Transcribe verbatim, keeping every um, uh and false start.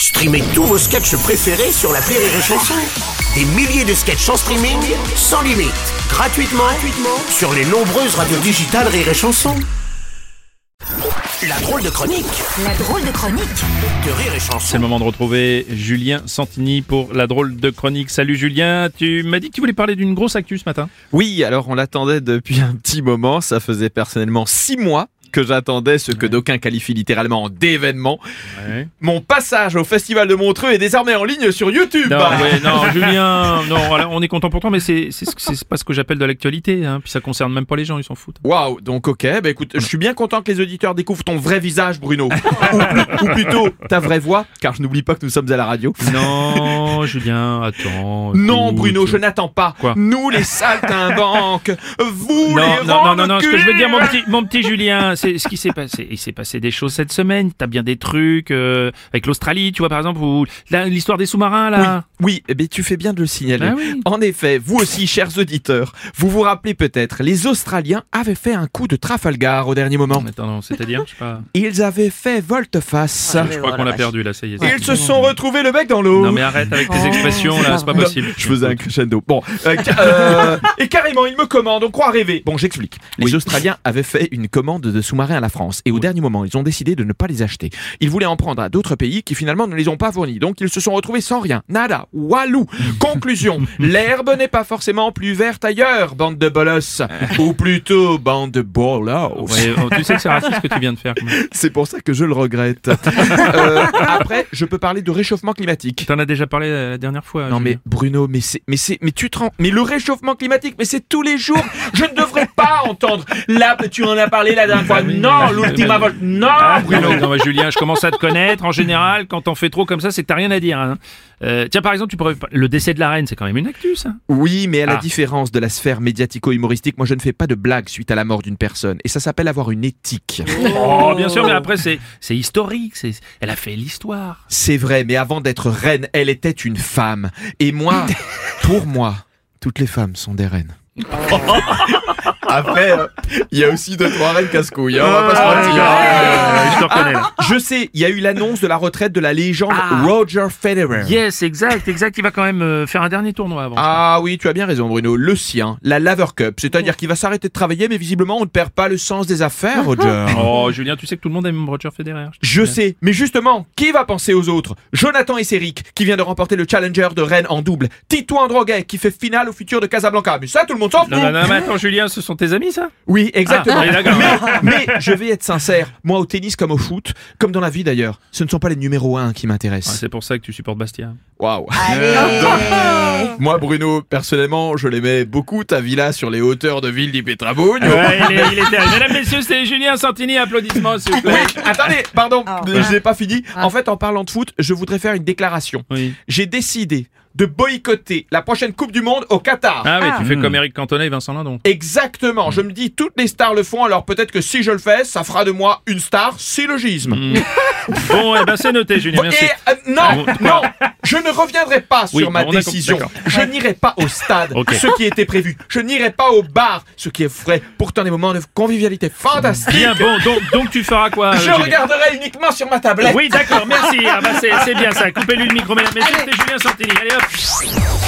Streamez tous vos sketchs préférés sur l'appli Rire et Chanson. Des milliers de sketchs en streaming, sans limite, gratuitement, gratuitement sur les nombreuses radios digitales Rire et Chanson. La drôle de chronique. La drôle de chronique de Rire et Chanson. C'est le moment de retrouver Julien Santini pour la drôle de chronique. Salut Julien, tu m'as dit que tu voulais parler d'une grosse actu ce matin. Oui, alors on l'attendait depuis un petit moment, ça faisait personnellement six mois que j'attendais ce que Ouais. d'aucuns qualifient littéralement d'événement. Ouais. Mon passage au Festival de Montreux est désormais en ligne sur YouTube. Non, ouais, non, Julien, non, voilà, on est content pour toi, mais c'est, c'est, c'est pas ce que j'appelle de l'actualité, hein, puis ça concerne même pas les gens, ils s'en foutent. Waouh, donc ok, bah écoute, je suis bien content que les auditeurs découvrent ton vrai visage, Bruno. ou, plus- ou plutôt ta vraie voix, car je n'oublie pas que nous sommes à la radio. Non, Julien, attends. Non, écoute. Bruno, je n'attends pas. Quoi Nous, les saltimbanques, vous Non, les non, non, non, non, ce que je veux dire, mon renculs. petit, mon petit Julien, c'est ce qui s'est passé. Il s'est passé des choses cette semaine. T'as bien des trucs euh, avec l'Australie, tu vois, par exemple, ou là, l'histoire des sous-marins, là. Oui, oui, eh bien, tu fais bien de le signaler. Ah oui. En effet, vous aussi, chers auditeurs, vous vous rappelez peut-être, les Australiens avaient fait un coup de Trafalgar au dernier moment. Attends, non, c'est-à-dire, je sais pas. Ils avaient fait volte-face. Je crois qu'on l'a perdu, là, ça y est. c'est Ils se fini. sont retrouvés le bec dans l'eau. Non, mais arrête avec tes expressions, là, c'est pas Non, possible. je faisais un crescendo. Bon, euh, ca- euh, et carrément, ils me commandent, on croit rêver. Bon, j'explique. Les Oui. Australiens avaient fait une commande de sous-marins à la France, et au dernier moment, ils ont décidé de ne pas les acheter. Ils voulaient en prendre à d'autres pays qui finalement ne les ont pas fournis, donc ils se sont retrouvés sans rien. Nada, walou. Conclusion, l'herbe n'est pas forcément plus verte ailleurs, bande de bolosses. Ou plutôt, bande de bolos. Ouais, oh, tu sais que c'est raciste ce que tu viens de faire. quand même. C'est pour ça que je le regrette. Euh, après, je peux parler de réchauffement climatique. T'en as déjà parlé la dernière fois. Non mais Julien. Bruno, mais c'est, mais c'est, mais tu te rends, mais le réchauffement climatique, mais c'est tous les jours. Je ne devrais pas entendre. Là, tu en as parlé la dernière fois. oui, Non, oui, l'ultima oui. volte. Non, Ah, Bruno. non, non, mais Julien, je commence à te connaître. En général, quand t'en fais trop comme ça, c'est que t'as rien à dire. Hein. Euh, tiens, par exemple, tu pourrais le décès de la reine, c'est quand même une actu, ça. Oui, mais à la Ah. différence de la sphère médiatico-humoristique, moi je ne fais pas de blagues suite à la mort d'une personne. Et ça s'appelle avoir une éthique. Oh, bien sûr, mais après, c'est, c'est historique. C'est, elle a fait l'histoire. C'est vrai, mais avant d'être reine, elle était une femme. Et moi, pour moi, toutes les femmes sont des reines. Après, il y a aussi deux trois reines casse-couilles, hein, on va pas se mentir. Euh, je te reconnais, là. Je sais, il y a eu l'annonce de la retraite de la légende Ah. Roger Federer. Yes, exact, exact. Il va quand même euh, faire un dernier tournoi avant. Ah oui, tu as bien raison Bruno, le sien, la Laver Cup, c'est-à-dire qu'il va s'arrêter de travailler, mais visiblement on ne perd pas le sens des affaires, Roger. Oh, Julien, tu sais que tout le monde aime Roger Federer. te Je dis. sais, mais justement, qui va penser aux autres? Jonathan Esseric, qui vient de remporter le Challenger de Rennes en double. Tito Androguet, qui fait finale au futur de Casablanca. Mais ça, tout le monde s'en fout. Non, non, non, mais attends, Julien, ce sont tes amis, ça? Oui, exactement. Ah, oui, d'accord. mais, mais je vais être sincère, moi au tennis comme au foot, comme dans la vie d'ailleurs, ce ne sont pas les numéros un qui Ah, m'intéressent. c'est pour ça que tu supportes Bastia. Waouh. Allez Moi Bruno, personnellement, je l'aimais beaucoup, ta villa sur les hauteurs de Ville d'Ipetrabogne. Ouais, il est, il est terrible. Mesdames, messieurs, c'est Julien Santini. Applaudissements, s'il vous plaît. Oui, attendez, pardon, Ah. je n'ai pas fini. En fait, en parlant de foot, je voudrais faire une déclaration. Oui. J'ai décidé de boycotter la prochaine Coupe du Monde au Qatar. Ah oui, Ah. tu fais comme Eric Cantona et Vincent Lindon. Exactement, je me dis toutes les stars le font, alors peut-être que si je le fais, ça fera de moi une star, syllogisme. Bon, eh ben c'est noté, Julien. Bon, Merci. et euh, non, Ah bon, non, je ne reviendrai pas sur Oui, ma bon, d'accord, décision. d'accord. Je n'irai pas au stade, Ok. ce qui était prévu. Je n'irai pas au bar, ce qui est vrai. Pourtant des moments de convivialité fantastiques. Bien, bon, donc, donc tu feras quoi, euh, Je Julien? regarderai uniquement sur ma tablette. Oui, d'accord, merci. Ah bah c'est, c'est bien ça. Coupez-lui le micro, mesdames, messieurs, c'était Julien Santini. Allez hop.